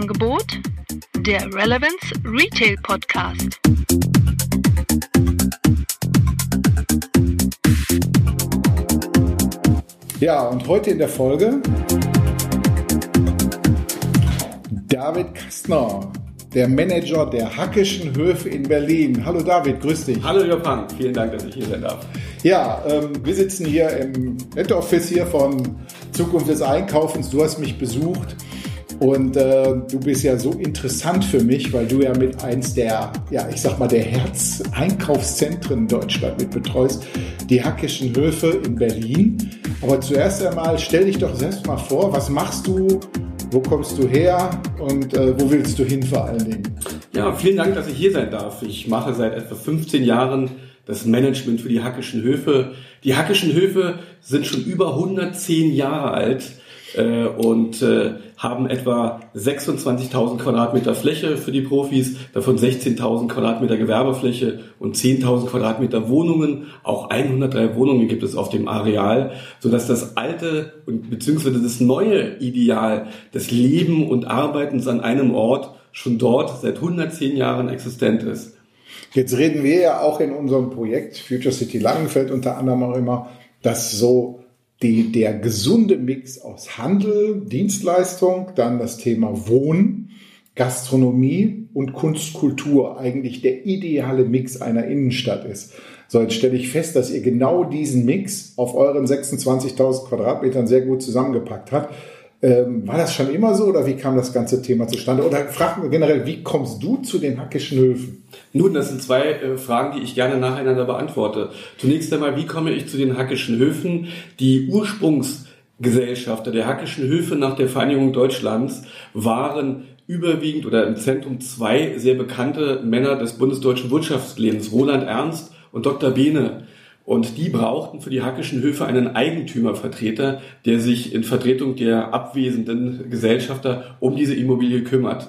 Angebot der Relevance Retail Podcast. Ja, und heute in der Folge David Kastner, der Manager der Hackischen Höfe in Berlin. Hallo David, grüß dich. Hallo Jopan, vielen Dank, dass ich hier sein darf. Ja, wir sitzen hier im Head-Office hier von Zukunft des Einkaufens. Du hast mich besucht und du bist ja so interessant für mich, weil du ja mit eins der, ja, ich sag mal, der Herz-Einkaufszentren in Deutschland mit betreust, die Hackischen Höfe in Berlin. Aber zuerst einmal, stell dich doch selbst mal vor, was machst du, wo kommst du her und wo willst du hin vor allen Dingen? Ja, vielen Dank, dass ich hier sein darf. Ich mache seit etwa 15 Jahren das Management für die Hackischen Höfe. Die Hackischen Höfe sind schon über 110 Jahre alt und haben etwa 26.000 Quadratmeter Fläche für die Profis, davon 16.000 Quadratmeter Gewerbefläche und 10.000 Quadratmeter Wohnungen. Auch 103 Wohnungen gibt es auf dem Areal, sodass das alte und beziehungsweise das neue Ideal des Leben und Arbeitens an einem Ort schon dort seit 110 Jahren existent ist. Jetzt reden wir ja auch in unserem Projekt Future City Langenfeld unter anderem auch immer, dass so der gesunde Mix aus Handel, Dienstleistung, dann das Thema Wohnen, Gastronomie und Kunst, Kultur eigentlich der ideale Mix einer Innenstadt ist. So, jetzt stelle ich fest, dass ihr genau diesen Mix auf euren 26.000 Quadratmetern sehr gut zusammengepackt habt. War das schon immer so oder wie kam das ganze Thema zustande? Oder frag mir generell, wie kommst du zu den Hackischen Höfen? Nun, das sind zwei Fragen, die ich gerne nacheinander beantworte. Zunächst einmal, wie komme ich zu den Hackischen Höfen? Die Ursprungsgesellschafter der Hackischen Höfe nach der Vereinigung Deutschlands waren überwiegend oder im Zentrum zwei sehr bekannte Männer des bundesdeutschen Wirtschaftslebens, Roland Ernst und Dr. Behne. Und die brauchten für die Hackischen Höfe einen Eigentümervertreter, der sich in Vertretung der abwesenden Gesellschafter um diese Immobilie kümmert.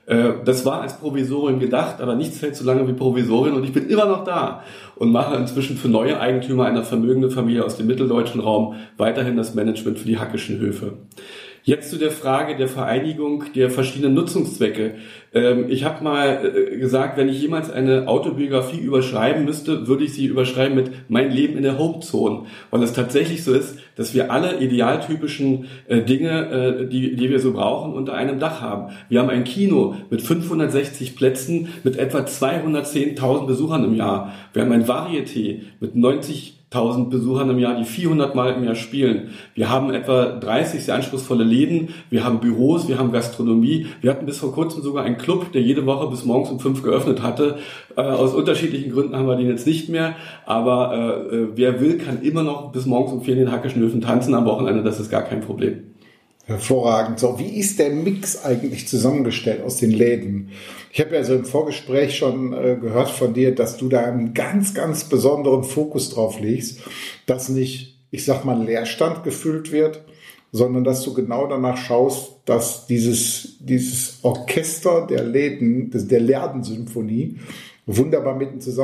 Das war als Provisorium gedacht, aber nichts hält so lange wie Provisorien und ich bin immer noch da und mache inzwischen für neue Eigentümer einer vermögenden Familie aus dem mitteldeutschen Raum weiterhin das Management für die Hackischen Höfe. Jetzt zu der Frage der Vereinigung der verschiedenen Nutzungszwecke. Ich habe mal gesagt, wenn ich jemals eine Autobiografie überschreiben müsste, würde ich sie überschreiben mit Mein Leben in der Homezone, weil es tatsächlich so ist, dass wir alle idealtypischen Dinge, die wir so brauchen, unter einem Dach haben. Wir haben ein Kino mit 560 Plätzen mit etwa 210.000 Besuchern im Jahr. Wir haben ein Varieté mit 90.000 Besuchern im Jahr, die 400 Mal im Jahr spielen. Wir haben etwa 30 sehr anspruchsvolle Läden, wir haben Büros, wir haben Gastronomie. Wir hatten bis vor kurzem sogar einen Club, der jede Woche bis morgens um 5 geöffnet hatte. Aus unterschiedlichen Gründen haben wir den jetzt nicht mehr, aber wer will, kann immer noch bis morgens um 4 in den Hackischen Höfen tanzen am Wochenende, das ist gar kein Problem. Hervorragend. So, wie ist der Mix eigentlich zusammengestellt aus den Läden? Ich habe ja so im Vorgespräch schon gehört von dir, dass du da einen ganz, ganz besonderen Fokus drauf legst, dass nicht, ich sag mal, Leerstand gefüllt wird, sondern dass du genau danach schaust, dass dieses Orchester der Läden, der Lädensymphonie wunderbar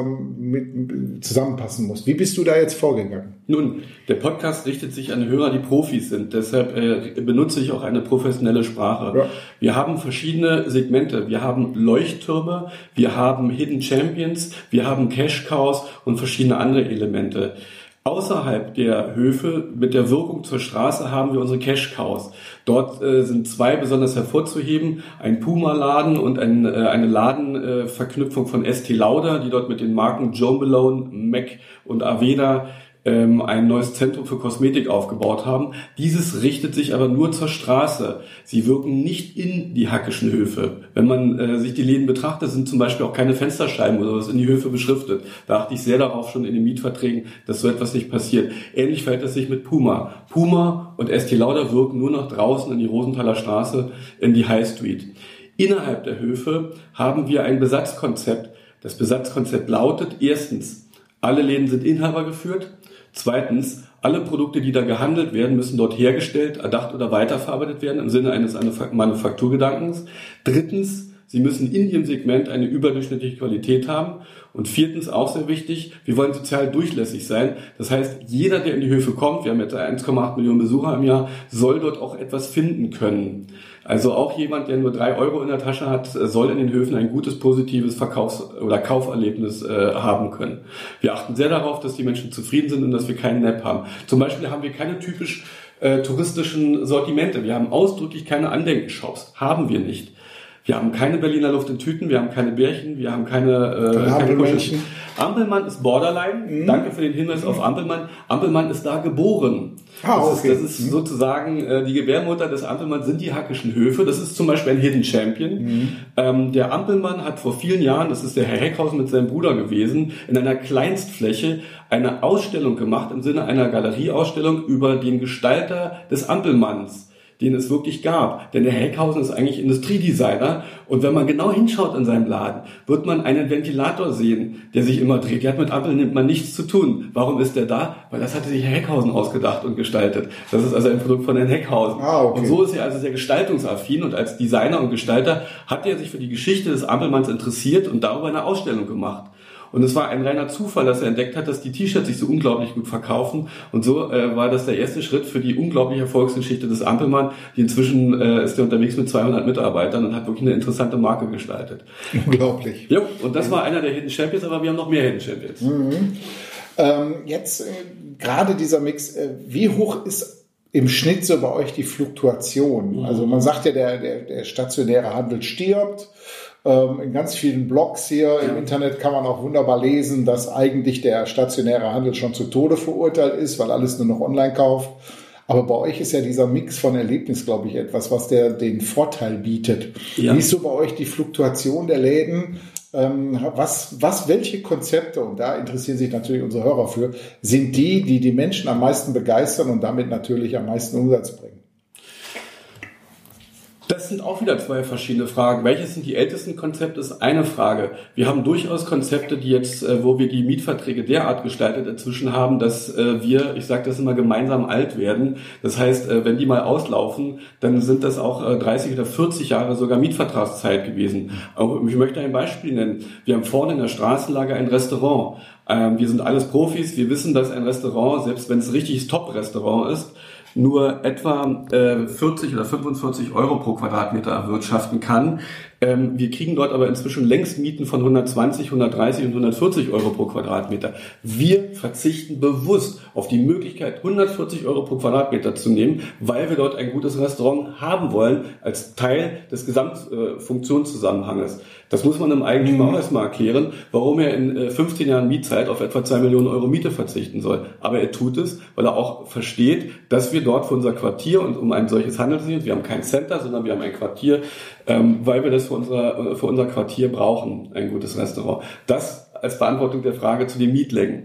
zusammenpassen muss. Wie bist du da jetzt vorgegangen? Nun, der Podcast richtet sich an Hörer, die Profis sind. Deshalb benutze ich auch eine professionelle Sprache. Ja. Wir haben verschiedene Segmente. Wir haben Leuchttürme, wir haben Hidden Champions, wir haben Cash Cows und verschiedene andere Elemente. Außerhalb der Höfe mit der Wirkung zur Straße haben wir unsere Cash Cows. Dort sind zwei besonders hervorzuheben, ein Puma-Laden und eine Ladenverknüpfung von Estée Lauder, die dort mit den Marken Joe Malone, MAC und Aveda ein neues Zentrum für Kosmetik aufgebaut haben. Dieses richtet sich aber nur zur Straße. Sie wirken nicht in die Hackischen Höfe. Wenn man sich die Läden betrachtet, sind zum Beispiel auch keine Fensterscheiben oder was in die Höfe beschriftet. Da achte ich sehr darauf schon in den Mietverträgen, dass so etwas nicht passiert. Ähnlich verhält es sich mit Puma. Puma und Estée Lauder wirken nur noch draußen in die Rosenthaler Straße, in die High Street. Innerhalb der Höfe haben wir ein Besatzkonzept. Das Besatzkonzept lautet: Erstens, alle Läden sind Inhaber geführt. Zweitens, alle Produkte, die da gehandelt werden, müssen dort hergestellt, erdacht oder weiterverarbeitet werden im Sinne eines Manufakturgedankens. Drittens, sie müssen in ihrem Segment eine überdurchschnittliche Qualität haben. Und viertens, auch sehr wichtig, wir wollen sozial durchlässig sein. Das heißt, jeder, der in die Höfe kommt, wir haben jetzt 1,8 Millionen Besucher im Jahr, soll dort auch etwas finden können. Also auch jemand, der nur 3 Euro in der Tasche hat, soll in den Höfen ein gutes, positives oder Kauferlebnis haben können. Wir achten sehr darauf, dass die Menschen zufrieden sind und dass wir keinen Nap haben. Zum Beispiel haben wir keine typisch touristischen Sortimente. Wir haben ausdrücklich keine Andenkenshops. Haben wir nicht. Wir haben keine Berliner Luft in Tüten, wir haben keine Bärchen, wir haben keine Kuschelchen. Ampelmann ist Borderline. Danke für den Hinweis auf Ampelmann. Ampelmann ist da geboren. Das ist sozusagen die Gebärmutter des Ampelmann sind die Hackischen Höfe. Das ist zum Beispiel ein Hidden Champion. Der Ampelmann hat vor vielen Jahren, das ist der Herr Heckhausen mit seinem Bruder gewesen, in einer Kleinstfläche eine Ausstellung gemacht, im Sinne einer Galerieausstellung über den Gestalter des Ampelmanns, den es wirklich gab. Denn der Heckhausen ist eigentlich Industriedesigner und wenn man genau hinschaut in seinem Laden, wird man einen Ventilator sehen, der sich immer dreht. Der hat mit Ampeln nimmt man nichts zu tun. Warum ist der da? Weil das hatte sich Herr Heckhausen ausgedacht und gestaltet. Das ist also ein Produkt von Herrn Heckhausen. Okay. Und so ist er also sehr gestaltungsaffin und als Designer und Gestalter hat er sich für die Geschichte des Ampelmanns interessiert und darüber eine Ausstellung gemacht. Und es war ein reiner Zufall, dass er entdeckt hat, dass die T-Shirts sich so unglaublich gut verkaufen. Und so war das der erste Schritt für die unglaubliche Erfolgsgeschichte des Ampelmann. Die inzwischen ist er unterwegs mit 200 Mitarbeitern und hat wirklich eine interessante Marke gestaltet. Unglaublich. Ja, und das war einer der Hidden Champions, aber wir haben noch mehr Hidden Champions. Jetzt gerade dieser Mix, wie hoch ist im Schnitt so bei euch die Fluktuation? Also man sagt ja, der stationäre Handel stirbt. In ganz vielen Blogs hier im Internet kann man auch wunderbar lesen, dass eigentlich der stationäre Handel schon zu Tode verurteilt ist, weil alles nur noch online kauft. Aber bei euch ist ja dieser Mix von Erlebnis, glaube ich, etwas, was den Vorteil bietet. Ja. Wie ist so bei euch die Fluktuation der Läden? Welche Konzepte, und da interessieren sich natürlich unsere Hörer für, sind die Menschen am meisten begeistern und damit natürlich am meisten Umsatz bringen? Das sind auch wieder zwei verschiedene Fragen. Welches sind die ältesten Konzepte, ist eine Frage. Wir haben durchaus Konzepte, die jetzt, wo wir die Mietverträge derart gestaltet inzwischen haben, dass wir, ich sage das immer, gemeinsam alt werden. Das heißt, wenn die mal auslaufen, dann sind das auch 30 oder 40 Jahre sogar Mietvertragszeit gewesen. Ich möchte ein Beispiel nennen. Wir haben vorne in der Straßenlage ein Restaurant. Wir sind alles Profis. Wir wissen, dass ein Restaurant, selbst wenn es ein richtiges Top-Restaurant ist, nur etwa 40 oder 45 Euro pro Quadratmeter erwirtschaften kann. Wir kriegen dort aber inzwischen längst Mieten von 120, 130 und 140 Euro pro Quadratmeter. Wir verzichten bewusst auf die Möglichkeit, 140 Euro pro Quadratmeter zu nehmen, weil wir dort ein gutes Restaurant haben wollen, als Teil des Gesamtfunktionszusammenhanges. Das muss man dem Eigentümer auch erstmal erklären, warum er in 15 Jahren Mietzeit auf etwa 2 Millionen Euro Miete verzichten soll. Aber er tut es, weil er auch versteht, dass wir dort für unser Quartier und um ein solches handelt es, wir haben kein Center, sondern wir haben ein Quartier, weil wir das für unser Quartier brauchen, ein gutes Restaurant. Das als Beantwortung der Frage zu den Mietlängen.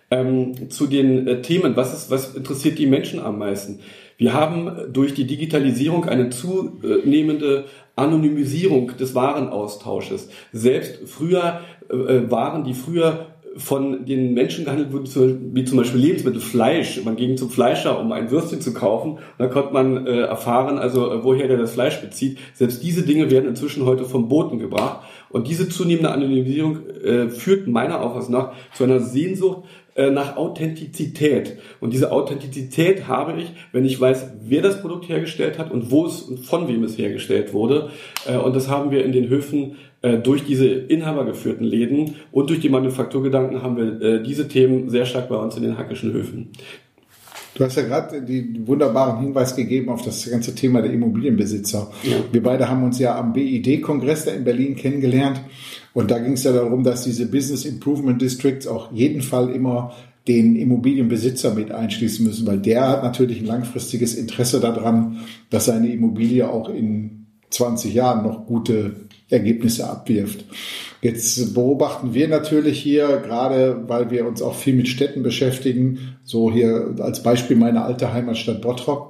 Zu den Themen, was interessiert die Menschen am meisten? Wir haben durch die Digitalisierung eine zunehmende Anonymisierung des Warenaustausches. Selbst früher Waren, die früher von den Menschen gehandelt wurden, wie zum Beispiel Lebensmittel, Fleisch. Man ging zum Fleischer, um ein Würstchen zu kaufen. Und dann konnte man erfahren, also woher der das Fleisch bezieht. Selbst diese Dinge werden inzwischen heute vom Boten gebracht. Und diese zunehmende Anonymisierung führt meiner Auffassung nach zu einer Sehnsucht nach Authentizität. Und diese Authentizität habe ich, wenn ich weiß, wer das Produkt hergestellt hat und wo es und von wem es hergestellt wurde. Und das haben wir in den Höfen durch diese inhabergeführten Läden und durch die Manufakturgedanken haben wir diese Themen sehr stark bei uns in den Hackischen Höfen. Du hast ja gerade den wunderbaren Hinweis gegeben auf das ganze Thema der Immobilienbesitzer. Ja. Wir beide haben uns ja am BID-Kongress da in Berlin kennengelernt. Und da ging es ja darum, dass diese Business Improvement Districts auch jeden Fall immer den Immobilienbesitzer mit einschließen müssen, weil der hat natürlich ein langfristiges Interesse daran, dass seine Immobilie auch in 20 Jahren noch gute Ergebnisse abwirft. Jetzt beobachten wir natürlich hier, gerade weil wir uns auch viel mit Städten beschäftigen, so hier als Beispiel meine alte Heimatstadt Bottrop,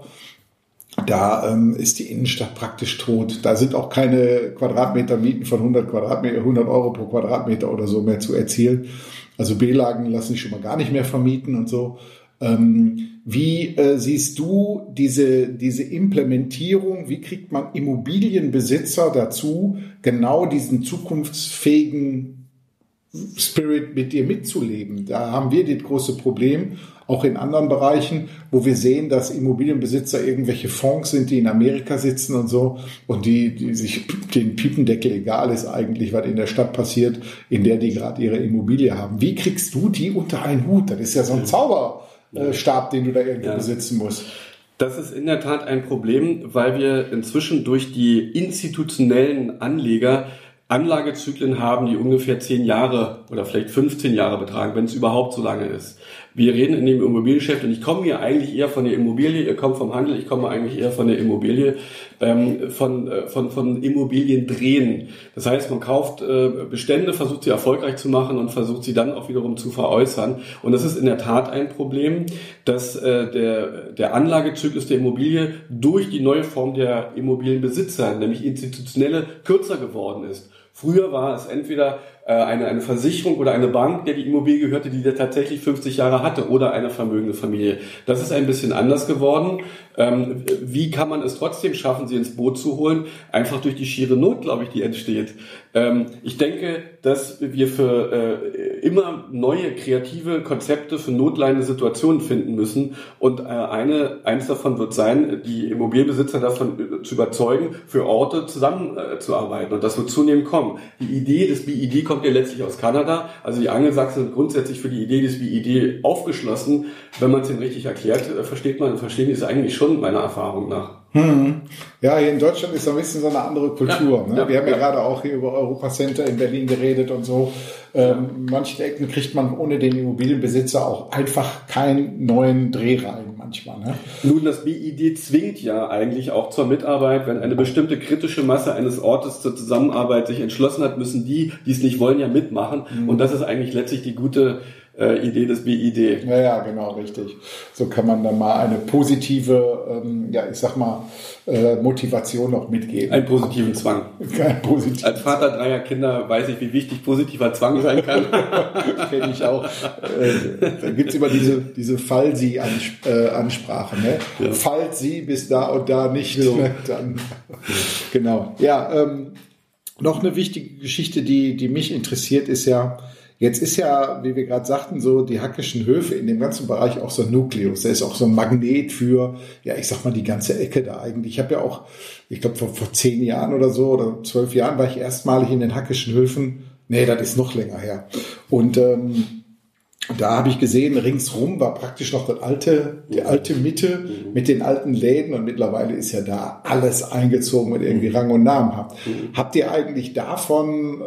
da ist die Innenstadt praktisch tot. Da sind auch keine Quadratmeter-Mieten von 100 Euro pro Quadratmeter oder so mehr zu erzielen. Also B-Lagen lassen sich schon mal gar nicht mehr vermieten und so. Wie siehst du diese Implementierung? Wie kriegt man Immobilienbesitzer dazu, genau diesen zukunftsfähigen Spirit mit dir mitzuleben? Da haben wir das große Problem, auch in anderen Bereichen, wo wir sehen, dass Immobilienbesitzer irgendwelche Fonds sind, die in Amerika sitzen und so und die sich den Piependeckel egal ist eigentlich, was in der Stadt passiert, in der die gerade ihre Immobilie haben. Wie kriegst du die unter einen Hut? Das ist ja so ein Zauberstab, den du da irgendwo besitzen musst. Das ist in der Tat ein Problem, weil wir inzwischen durch die institutionellen Anleger Anlagezyklen haben, die ungefähr 10 Jahre oder vielleicht 15 Jahre betragen, wenn es überhaupt so lange ist. Wir reden in dem Immobiliengeschäft und ich komme hier eigentlich eher von der Immobilie, ihr kommt vom Handel, ich komme eigentlich eher von der Immobilie, von Immobilien drehen. Das heißt, man kauft Bestände, versucht sie erfolgreich zu machen und versucht sie dann auch wiederum zu veräußern. Und das ist in der Tat ein Problem, dass der Anlagezyklus der Immobilie durch die neue Form der Immobilienbesitzer, nämlich institutionelle, kürzer geworden ist. Früher war es entweder eine Versicherung oder eine Bank, der die Immobilie gehörte, die der tatsächlich 50 Jahre hatte, oder eine vermögende Familie. Das ist ein bisschen anders geworden. Wie kann man es trotzdem schaffen, sie ins Boot zu holen? Einfach durch die schiere Not, glaube ich, die entsteht. Ich denke, dass wir für immer neue kreative Konzepte für notleidende Situationen finden müssen. Und eins davon wird sein, die Immobilienbesitzer davon zu überzeugen, für Orte zusammenzuarbeiten. Und das wird zunehmend kommen. Die Idee des BED kommt ja letztlich aus Kanada. Also die Angelsachsen sind grundsätzlich für die Idee des BED aufgeschlossen. Wenn man es ihnen richtig erklärt, verstehen die es eigentlich schon, meiner Erfahrung nach. Ja, hier in Deutschland ist ein bisschen so eine andere Kultur. Wir haben ja gerade auch hier über Europa Center in Berlin geredet und so. Manche Ecken kriegt man ohne den Immobilienbesitzer auch einfach keinen neuen Dreh rein manchmal. Ne? Nun, das BID zwingt ja eigentlich auch zur Mitarbeit. Wenn eine bestimmte kritische Masse eines Ortes zur Zusammenarbeit sich entschlossen hat, müssen die es nicht wollen, ja mitmachen. Und das ist eigentlich letztlich die gute Idee des BID. Ja, genau, richtig. So kann man dann mal eine positive, Motivation noch mitgeben. Einen positiven Zwang. Als Vater 3 Kinder weiß ich, wie wichtig positiver Zwang sein kann. Kenne ich auch. Da gibt's immer diese Fall-Sie-Ansprache. Ne? Ja. Falls Sie bis da und da nicht. Ja. Ne? Dann, genau. Ja, noch eine wichtige Geschichte, die mich interessiert, ist ja, jetzt ist ja, wie wir gerade sagten, so die Hackischen Höfe in dem ganzen Bereich auch so ein Nukleus. Der ist auch so ein Magnet für, die ganze Ecke da eigentlich. Ich habe ja auch, ich glaube vor 10 Jahren oder so oder 12 Jahren war ich erstmalig in den Hackischen Höfen. Nee, das ist noch länger her. Und da habe ich gesehen, ringsrum war praktisch noch die alte Mitte mit den alten Läden und mittlerweile ist ja da alles eingezogen mit irgendwie Rang und Namen. Habt ihr eigentlich davon,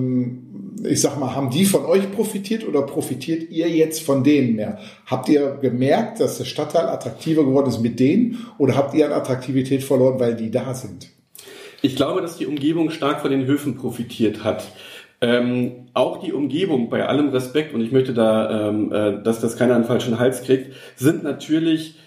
haben die von euch profitiert oder profitiert ihr jetzt von denen mehr? Habt ihr gemerkt, dass der Stadtteil attraktiver geworden ist mit denen oder habt ihr an Attraktivität verloren, weil die da sind? Ich glaube, dass die Umgebung stark von den Höfen profitiert hat. Auch die Umgebung, bei allem Respekt, und ich möchte da, dass das keiner einen falschen Hals kriegt, sind natürlich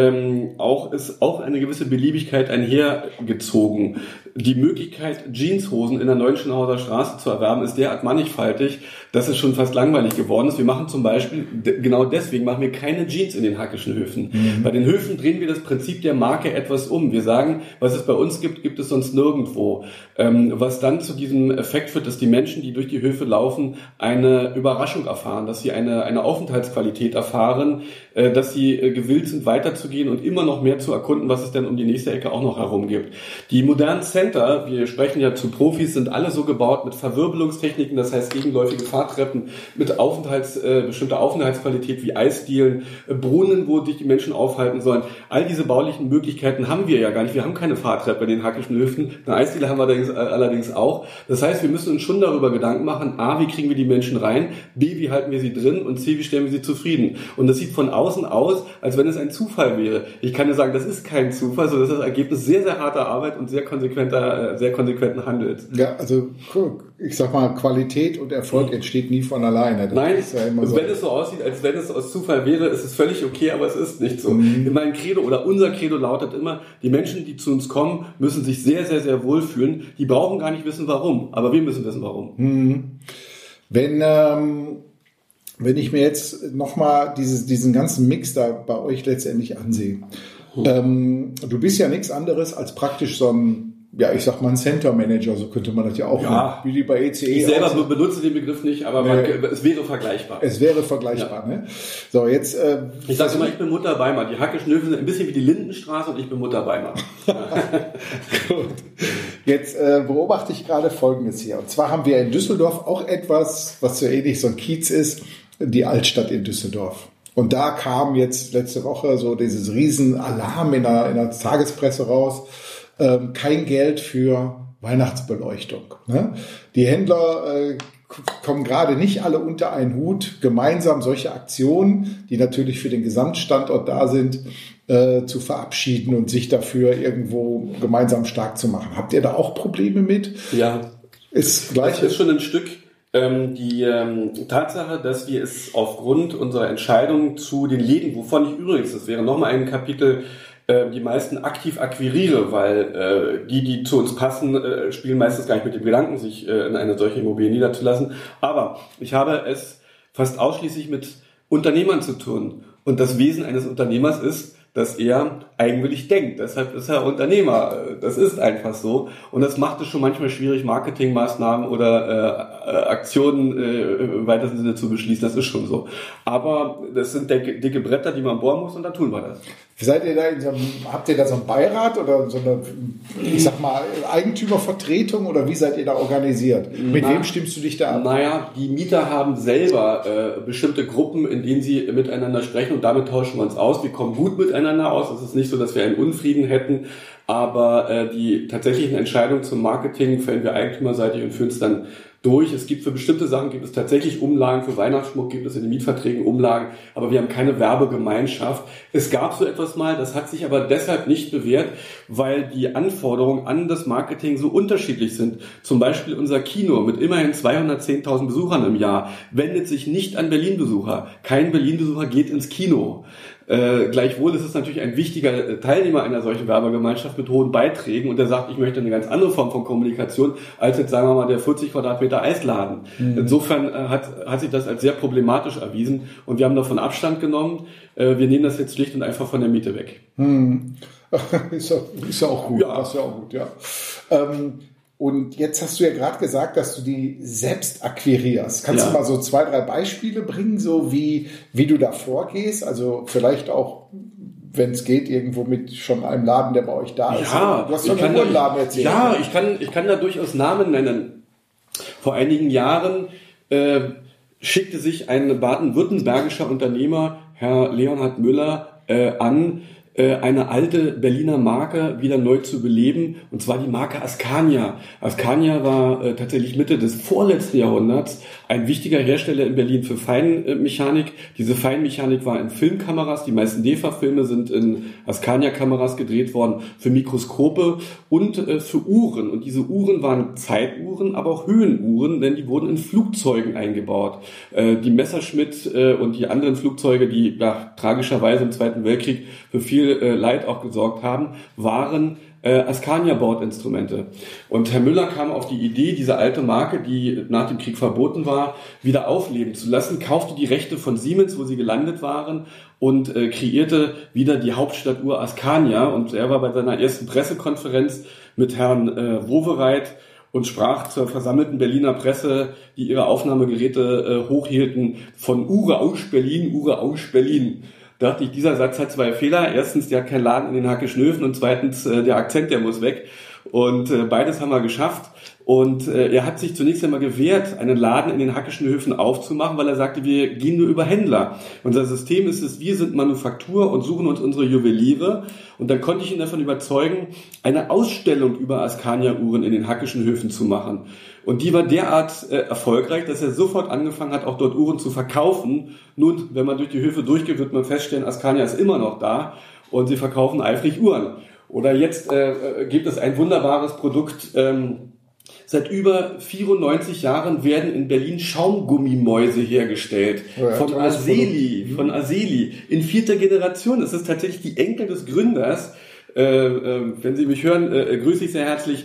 ist auch eine gewisse Beliebigkeit einhergezogen. Die Möglichkeit, Jeanshosen in der Neuenschönhauser Straße zu erwerben, ist derart mannigfaltig, dass es schon fast langweilig geworden ist. Wir machen zum Beispiel, genau deswegen machen wir keine Jeans in den Hackischen Höfen. Bei den Höfen drehen wir das Prinzip der Marke etwas um. Wir sagen, was es bei uns gibt, gibt es sonst nirgendwo. Was dann zu diesem Effekt führt, dass die Menschen, die durch die Höfe laufen, eine Überraschung erfahren, dass sie eine Aufenthaltsqualität erfahren, dass sie gewillt sind, weiterzugehen und immer noch mehr zu erkunden, was es denn um die nächste Ecke auch noch herum gibt. Die modernen Center, wir sprechen ja zu Profis, sind alle so gebaut mit Verwirbelungstechniken, das heißt gegenläufige Fahrtreppen, mit bestimmter Aufenthaltsqualität wie Eisdielen, Brunnen, wo sich die Menschen aufhalten sollen. All diese baulichen Möglichkeiten haben wir ja gar nicht. Wir haben keine Fahrtreppe in den Hackischen Höfen. Eine Eisdiele haben wir allerdings auch. Das heißt, wir müssen uns schon darüber Gedanken machen, A, wie kriegen wir die Menschen rein, B, wie halten wir sie drin und C, wie stellen wir sie zufrieden. Und das sieht von außen aus, als wenn es ein Zufall wäre. Ich kann dir sagen, das ist kein Zufall, sondern das ist das Ergebnis sehr, sehr harter Arbeit und sehr konsequenten Handels. Ja, also ich sag mal, Qualität und Erfolg entsteht nie von alleine. Das Nein, ist ja immer so. Wenn es so aussieht, als wenn es aus Zufall wäre, ist es völlig okay, aber es ist nicht so. Mein Credo oder unser Credo lautet immer, die Menschen, die zu uns kommen, müssen sich sehr, sehr, sehr wohlfühlen. Die brauchen gar nicht wissen, warum, aber wir müssen wissen, warum. Wenn wenn ich mir jetzt nochmal diesen ganzen Mix da bei euch letztendlich ansehe, du bist ja nichts anderes als praktisch so ein, ja, ich sag mal ein Center Manager, so könnte man das ja auch nennen, wie die bei ECE. Ich selber benutze den Begriff nicht, aber es wäre vergleichbar. Es wäre vergleichbar, ne? So, jetzt... ich sage immer, ich bin Mutter Beimer. Die Hackischen Höfe sind ein bisschen wie die Lindenstraße und ich bin Mutter Beimer. Gut. Jetzt beobachte ich gerade Folgendes hier. Und zwar haben wir in Düsseldorf auch etwas, was so ähnlich so ein Kiez ist, die Altstadt in Düsseldorf. Und da kam jetzt letzte Woche so dieses Riesenalarm in der Tagespresse raus. Kein Geld für Weihnachtsbeleuchtung. Ne? Die Händler kommen gerade nicht alle unter einen Hut, gemeinsam solche Aktionen, die natürlich für den Gesamtstandort da sind, zu verabschieden und sich dafür irgendwo gemeinsam stark zu machen. Habt ihr da auch Probleme mit? Ja, das ist schon ein Stück die Tatsache, dass wir es aufgrund unserer Entscheidung zu den Läden, wovon ich übrigens, das wäre nochmal ein Kapitel, die meisten aktiv akquiriere, weil die zu uns passen, spielen meistens gar nicht mit dem Gedanken, sich in eine solche Immobilie niederzulassen. Aber ich habe es fast ausschließlich mit Unternehmern zu tun. Und das Wesen eines Unternehmers ist, dass er eigenwillig denkt. Deshalb ist er Unternehmer. Das ist einfach so. Und das macht es schon manchmal schwierig, Marketingmaßnahmen oder Aktionen im weitesten Sinne zu beschließen. Das ist schon so. Aber das sind dicke Bretter, die man bohren muss, und dann tun wir das. Seid ihr da habt ihr da so einen Beirat oder so eine, ich sag mal, Eigentümervertretung, oder wie seid ihr da organisiert? Mit wem stimmst du dich da ab? Naja, die Mieter haben selber bestimmte Gruppen, in denen sie miteinander sprechen, und damit tauschen wir uns aus. Wir kommen gut miteinander aus. Es ist nicht so, dass wir einen Unfrieden hätten, aber die tatsächlichen Entscheidungen zum Marketing fällen wir eigentümerseitig und führen es dann durch. Es gibt für bestimmte Sachen gibt es tatsächlich Umlagen, für Weihnachtsschmuck gibt es in den Mietverträgen Umlagen, aber wir haben keine Werbegemeinschaft. Es gab so etwas mal, das hat sich aber deshalb nicht bewährt, weil die Anforderungen an das Marketing so unterschiedlich sind. Zum Beispiel unser Kino mit immerhin 210.000 Besuchern im Jahr wendet sich nicht an Berlin-Besucher. Kein Berlin-Besucher geht ins Kino. Gleichwohl ist es natürlich ein wichtiger Teilnehmer einer solchen Werbegemeinschaft mit hohen Beiträgen, und der sagt, ich möchte eine ganz andere Form von Kommunikation als jetzt, sagen wir mal, der 40 Quadratmeter Eisladen. Insofern hat sich das als sehr problematisch erwiesen, und wir haben davon Abstand genommen. Wir nehmen das jetzt schlicht und einfach von der Miete weg. Ist ja auch gut. Ja. Das ist ja auch gut, ja. Und jetzt hast du ja gerade gesagt, dass du die selbst akquirierst. Kannst du mal so 2, 3 Beispiele bringen, so wie du da vorgehst? Also vielleicht auch, wenn es geht, irgendwo mit schon einem Laden, der bei euch da ist. Ja, Du hast schon einen Laden erzählt. Ja, ich kann da durchaus Namen nennen. Vor einigen Jahren schickte sich ein baden-württembergischer Unternehmer, Herr Leonhard Müller, an, eine alte Berliner Marke wieder neu zu beleben, und zwar die Marke Ascania. Ascania war tatsächlich Mitte des vorletzten Jahrhunderts ein wichtiger Hersteller in Berlin für Feinmechanik. Diese Feinmechanik war in Filmkameras, die meisten DEFA-Filme sind in Ascania-Kameras gedreht worden, für Mikroskope und für Uhren. Und diese Uhren waren Zeituhren, aber auch Höhenuhren, denn die wurden in Flugzeugen eingebaut. Die Messerschmitt und die anderen Flugzeuge, die tragischerweise im Zweiten Weltkrieg für viel Leid auch gesorgt haben, waren Ascania-Bordinstrumente. Und Herr Müller kam auf die Idee, diese alte Marke, die nach dem Krieg verboten war, wieder aufleben zu lassen, kaufte die Rechte von Siemens, wo sie gelandet waren, und kreierte wieder die Hauptstadtuhr Ascania. Und er war bei seiner ersten Pressekonferenz mit Herrn Wowereit und sprach zur versammelten Berliner Presse, die ihre Aufnahmegeräte hochhielten, von Uhre aus Berlin, Uhre aus Berlin. Dachte ich, dieser Satz hat 2 Fehler. Erstens, der hat keinen Laden in den Hackischen Höfen, und zweitens, der Akzent, der muss weg. Und beides haben wir geschafft. Und er hat sich zunächst einmal gewehrt, einen Laden in den Hackischen Höfen aufzumachen, weil er sagte, wir gehen nur über Händler. Unser System ist es, wir sind Manufaktur und suchen uns unsere Juweliere. Und dann konnte ich ihn davon überzeugen, eine Ausstellung über Ascania-Uhren in den Hackischen Höfen zu machen. Und die war derart erfolgreich, dass er sofort angefangen hat, auch dort Uhren zu verkaufen. Nun, wenn man durch die Höfe durchgeht, wird man feststellen, Ascania ist immer noch da, und sie verkaufen eifrig Uhren. Oder jetzt gibt es ein wunderbares Produkt. Seit über 94 Jahren werden in Berlin Schaumgummimäuse hergestellt. Von Aseli. In 4. Generation. Das ist tatsächlich die Enkel des Gründers. Wenn Sie mich hören, grüße ich sehr herzlich.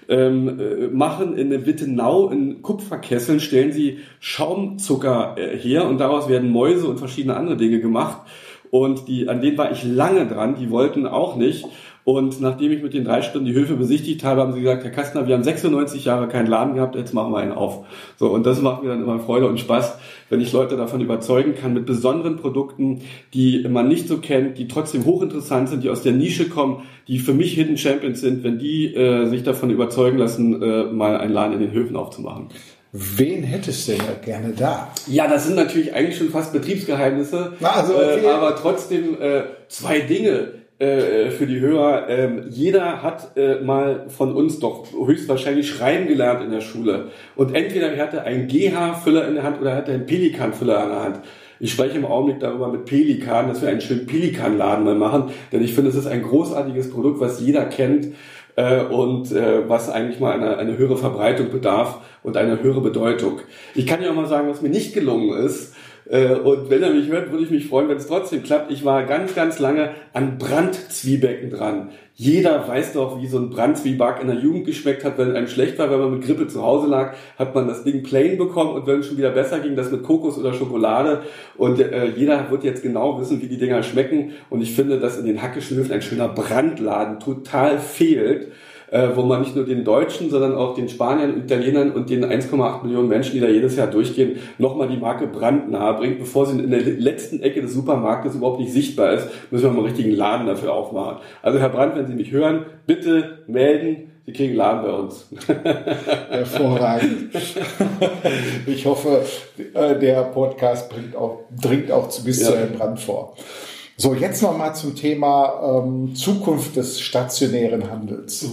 machen in Wittenau in Kupferkesseln, stellen sie Schaumzucker her und daraus werden Mäuse und verschiedene andere Dinge gemacht. Und an denen war ich lange dran, die wollten auch nicht. Und nachdem ich mit den 3 Stunden die Höfe besichtigt habe, haben sie gesagt, Herr Kastner, wir haben 96 Jahre keinen Laden gehabt, jetzt machen wir einen auf. So, und das macht mir dann immer Freude und Spaß, wenn ich Leute davon überzeugen kann, mit besonderen Produkten, die man nicht so kennt, die trotzdem hochinteressant sind, die aus der Nische kommen, die für mich Hidden Champions sind, wenn die sich davon überzeugen lassen, mal einen Laden in den Höfen aufzumachen. Wen hättest du denn gerne da? Ja, das sind natürlich eigentlich schon fast Betriebsgeheimnisse, aber trotzdem 2 Dinge für die Hörer. Jeder hat mal von uns doch höchstwahrscheinlich schreiben gelernt in der Schule. Und entweder er hatte einen GH-Füller in der Hand oder er hatte einen Pelikan-Füller in der Hand. Ich spreche im Augenblick darüber mit Pelikan, dass wir einen schönen Pelikan-Laden mal machen, denn ich finde, es ist ein großartiges Produkt, was jeder kennt. Und was eigentlich mal eine höhere Verbreitung bedarf und eine höhere Bedeutung. Ich kann ja auch mal sagen, was mir nicht gelungen ist. Und wenn er mich hört, würde ich mich freuen, wenn es trotzdem klappt. Ich war ganz, ganz lange an Brandzwiebecken dran. Jeder weiß doch, wie so ein Brandzwieback in der Jugend geschmeckt hat, wenn einem schlecht war, wenn man mit Grippe zu Hause lag, hat man das Ding plain bekommen und wenn es schon wieder besser ging, das mit Kokos oder Schokolade. Und jeder wird jetzt genau wissen, wie die Dinger schmecken. Und ich finde, dass in den Hackischen Höfen ein schöner Brandladen total fehlt, wo man nicht nur den Deutschen, sondern auch den Spaniern und Italienern und den 1,8 Millionen Menschen, die da jedes Jahr durchgehen, nochmal die Marke Brand nahe bringt, bevor sie in der letzten Ecke des Supermarktes überhaupt nicht sichtbar ist, müssen wir mal einen richtigen Laden dafür aufmachen. Also Herr Brandt, wenn Sie mich hören, bitte melden, Sie kriegen einen Laden bei uns. Hervorragend. Ich hoffe, der Podcast dringt auch bis zu Herrn Brandt vor. So, jetzt nochmal zum Thema Zukunft des stationären Handels.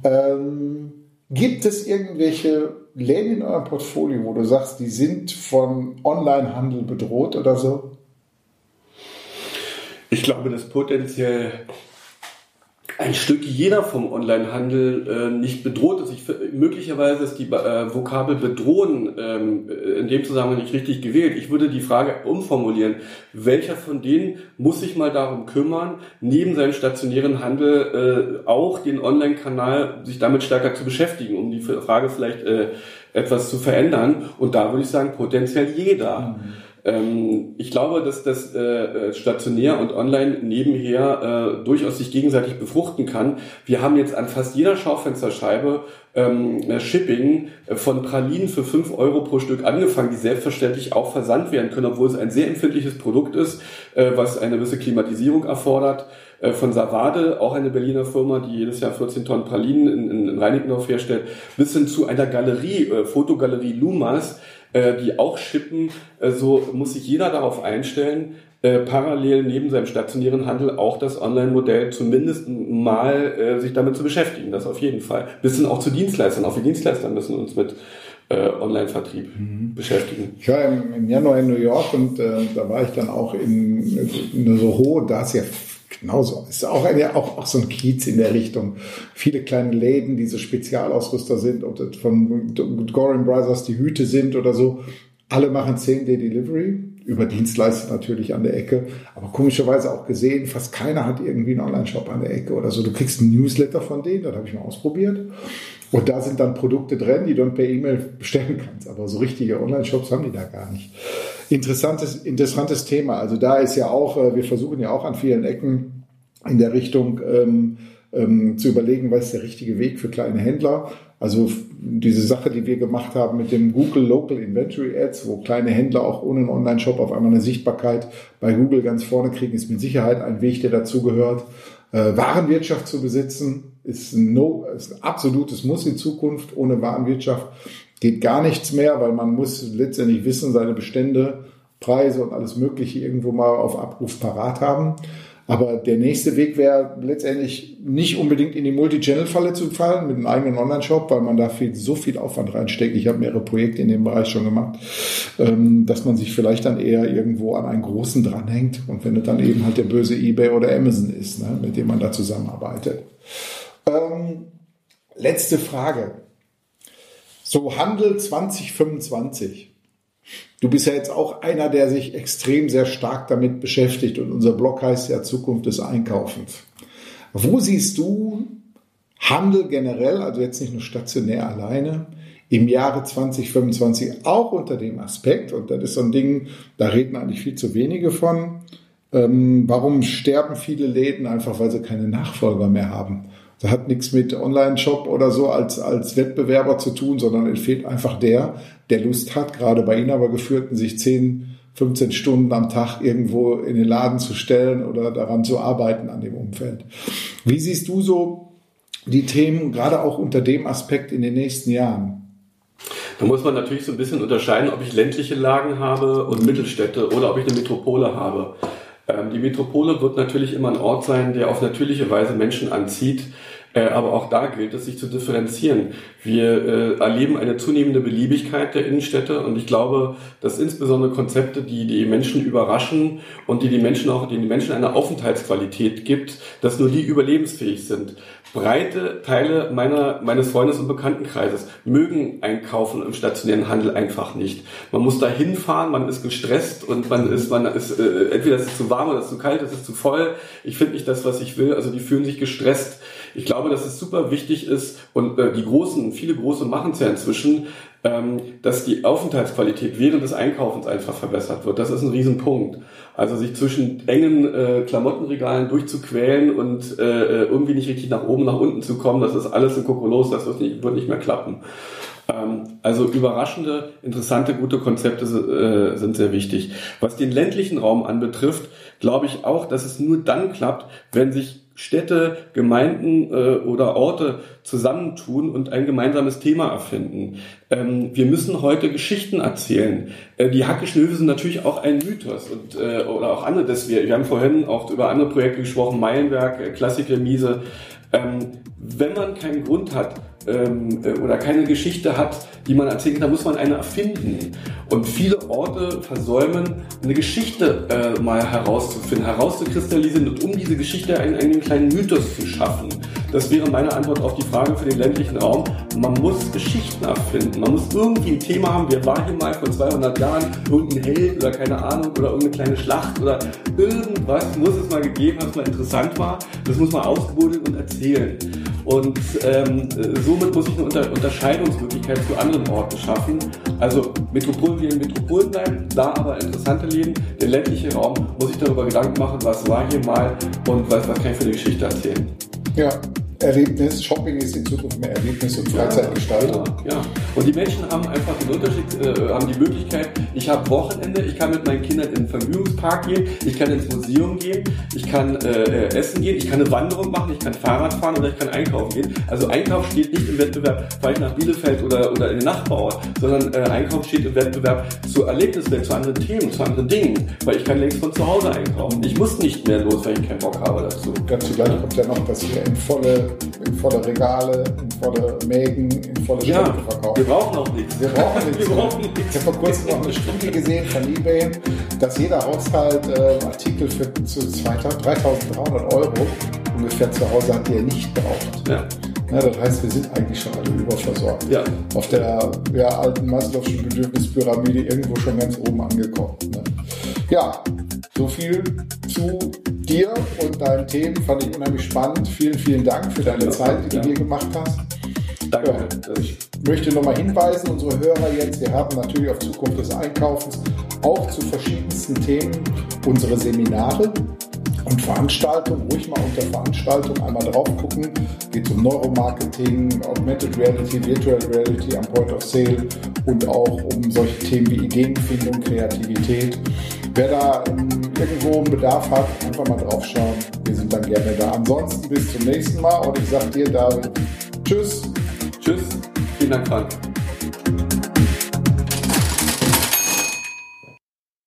Gibt es irgendwelche Läden in eurem Portfolio, wo du sagst, die sind von Onlinehandel bedroht oder so? Ich glaube, dass potenziell ein Stück jeder vom Onlinehandel nicht bedroht ist. Möglicherweise ist die Vokabel bedrohen in dem Zusammenhang nicht richtig gewählt. Ich würde die Frage umformulieren. Welcher von denen muss sich mal darum kümmern, neben seinem stationären Handel auch den Online-Kanal sich damit stärker zu beschäftigen, um die Frage vielleicht etwas zu verändern? Und da würde ich sagen, potenziell jeder. Ich glaube, dass das stationär und online nebenher durchaus sich gegenseitig befruchten kann. Wir haben jetzt an fast jeder Schaufensterscheibe Shipping von Pralinen für 5 Euro pro Stück angefangen, die selbstverständlich auch versandt werden können, obwohl es ein sehr empfindliches Produkt ist, was eine gewisse Klimatisierung erfordert. Von Savade, auch eine Berliner Firma, die jedes Jahr 14 Tonnen Pralinen in Reinickendorf herstellt, bis hin zu einer Galerie, Fotogalerie Lumas, die auch shippen. So muss sich jeder darauf einstellen, parallel neben seinem stationären Handel auch das Online-Modell zumindest mal sich damit zu beschäftigen. Das auf jeden Fall. Bis hin auch zu Dienstleistern. Auch wir Dienstleister müssen uns mit Online-Vertrieb beschäftigen. Ich war im Januar in New York und da war ich dann auch in Soho. Da ist ja genauso. Ist auch so ein Kiez in der Richtung. Viele kleine Läden, die so Spezialausrüster sind, ob das von Gorin Brothers die Hüte sind oder so. Alle machen 10-Day-Delivery, über Dienstleister natürlich an der Ecke. Aber komischerweise auch gesehen, fast keiner hat irgendwie einen Online-Shop an der Ecke oder so. Du kriegst einen Newsletter von denen, das habe ich mal ausprobiert. Und da sind dann Produkte drin, die du dann per E-Mail bestellen kannst. Aber so richtige Online-Shops haben die da gar nicht. Interessantes Thema. Also da ist ja auch, wir versuchen ja auch an vielen Ecken in der Richtung zu überlegen, was ist der richtige Weg für kleine Händler. Also diese Sache, die wir gemacht haben mit dem Google Local Inventory Ads, wo kleine Händler auch ohne einen Online-Shop auf einmal eine Sichtbarkeit bei Google ganz vorne kriegen, ist mit Sicherheit ein Weg, der dazu gehört. Warenwirtschaft zu besitzen ist ein absolutes Muss in Zukunft. Ohne Warenwirtschaft geht gar nichts mehr, weil man muss letztendlich wissen, seine Bestände, Preise und alles Mögliche irgendwo mal auf Abruf parat haben. Aber der nächste Weg wäre letztendlich nicht unbedingt in die Multi-Channel-Falle zu fallen mit einem eigenen Online-Shop, weil man da so viel Aufwand reinsteckt. Ich habe mehrere Projekte in dem Bereich schon gemacht, dass man sich vielleicht dann eher irgendwo an einen großen dranhängt und wenn es dann eben halt der böse eBay oder Amazon ist, ne, mit dem man da zusammenarbeitet. Letzte Frage. So Handel 2025. Du bist ja jetzt auch einer, der sich extrem sehr stark damit beschäftigt und unser Blog heißt ja Zukunft des Einkaufens. Wo siehst du Handel generell, also jetzt nicht nur stationär alleine, im Jahre 2025 auch unter dem Aspekt, und das ist so ein Ding, da reden eigentlich viel zu wenige von, warum sterben viele Läden? Einfach, weil sie keine Nachfolger mehr haben. Das hat nichts mit Online-Shop oder so als Wettbewerber zu tun, sondern es fehlt einfach der Lust hat, gerade bei Inhabergeführten, sich 10, 15 Stunden am Tag irgendwo in den Laden zu stellen oder daran zu arbeiten an dem Umfeld. Wie siehst du so die Themen, gerade auch unter dem Aspekt in den nächsten Jahren? Da muss man natürlich so ein bisschen unterscheiden, ob ich ländliche Lagen habe und Mittelstädte oder ob ich eine Metropole habe. Die Metropole wird natürlich immer ein Ort sein, der auf natürliche Weise Menschen anzieht. Aber auch da gilt es, sich zu differenzieren. Wir erleben eine zunehmende Beliebigkeit der Innenstädte und ich glaube, dass insbesondere Konzepte, die Menschen überraschen und die den Menschen eine Aufenthaltsqualität gibt, dass nur die überlebensfähig sind. Breite Teile meines Freundes- und Bekanntenkreises mögen einkaufen im stationären Handel einfach nicht. Man muss da hinfahren, man ist gestresst und man ist entweder es ist zu warm oder es ist zu kalt, es ist zu voll. Ich finde nicht das, was ich will. Also die fühlen sich gestresst. Ich glaube, dass es super wichtig ist und viele große machen es ja inzwischen, dass die Aufenthaltsqualität während des Einkaufens einfach verbessert wird. Das ist ein Riesenpunkt. Also sich zwischen engen Klamottenregalen durchzuquälen und irgendwie nicht richtig nach oben, nach unten zu kommen, das ist alles ein Kokolores, das wird nicht mehr klappen. Also überraschende, interessante, gute Konzepte sind sehr wichtig. Was den ländlichen Raum anbetrifft, glaube ich auch, dass es nur dann klappt, wenn sich Städte, Gemeinden oder Orte zusammentun und ein gemeinsames Thema erfinden. Wir müssen heute Geschichten erzählen. Die Hackischen Höfe sind natürlich auch ein Mythos oder auch andere. Wir haben vorhin auch über andere Projekte gesprochen, Meilenwerk, Klassik-Remise. Wenn man keinen Grund hat oder keine Geschichte hat, die man erzählen kann, dann muss man eine erfinden. Und viele Orte versäumen, eine Geschichte mal herauszukristallisieren und um diese Geschichte einen kleinen Mythos zu schaffen. Das wäre meine Antwort auf die Frage für den ländlichen Raum. Man muss Geschichten erfinden. Man muss irgendwie ein Thema haben. Wer war hier mal vor 200 Jahren? Irgendein Held oder keine Ahnung oder irgendeine kleine Schlacht oder irgendwas muss es mal gegeben haben, was mal interessant war. Das muss man ausbuddeln und erzählen. Und somit muss ich eine Unterscheidungsmöglichkeit zu anderen Orten schaffen. Also Metropolen werden Metropolen bleiben, da aber interessante Läden. Der ländliche Raum muss sich darüber Gedanken machen, was war hier mal und was kann ich für eine Geschichte erzählen. Ja, Erlebnis, Shopping ist in Zukunft mehr Erlebnis und Freizeitgestaltung. Ja. Und die Menschen haben einfach den Unterschied, haben die Möglichkeit, ich habe Wochenende, ich kann mit meinen Kindern in den Vergnügungspark gehen, ich kann ins Museum gehen, ich kann essen gehen, ich kann eine Wanderung machen, ich kann Fahrrad fahren oder ich kann einkaufen gehen. Also Einkauf steht nicht im Wettbewerb, fahre ich nach Bielefeld oder in den Nachbarort, sondern Einkauf steht im Wettbewerb zur Erlebniswelt, zu anderen Themen, zu anderen Dingen, weil ich kann längst von zu Hause einkaufen. Ich muss nicht mehr los, weil ich keinen Bock habe dazu. Dazu gleich kommt ja noch, dass wir in volle Regale, in volle Mägen, in volle Städte verkaufen. Wir brauchen auch nichts. Wir brauchen nichts. Ich habe vor kurzem noch eine Studie gesehen von eBay, dass jeder Haushalt Artikel für 3.300 € ungefähr zu Hause hat, die er nicht braucht. Ja. Ja, das heißt, wir sind eigentlich schon alle überversorgt. Ja. Auf der alten Maslow'schen Bedürfnispyramide irgendwo schon ganz oben angekommen. Ne? Ja, so viel zu dir und deinen Themen, fand ich unheimlich spannend. Vielen, vielen Dank für deine Zeit, die du hier gemacht hast. Danke. Ja, ich möchte nochmal hinweisen, unsere Hörer jetzt, wir haben natürlich auf Zukunft des Einkaufens auch zu verschiedensten Themen unsere Seminare und Veranstaltungen, ruhig mal unter Veranstaltung einmal drauf gucken. Geht um Neuromarketing, Augmented Reality, Virtual Reality am Point of Sale und auch um solche Themen wie Ideenfindung, Kreativität. Wer da irgendwo einen Bedarf hat, einfach mal drauf schauen. Wir sind dann gerne da. Ansonsten bis zum nächsten Mal und ich sage dir, David, tschüss. Tschüss. Vielen Dank, Frank.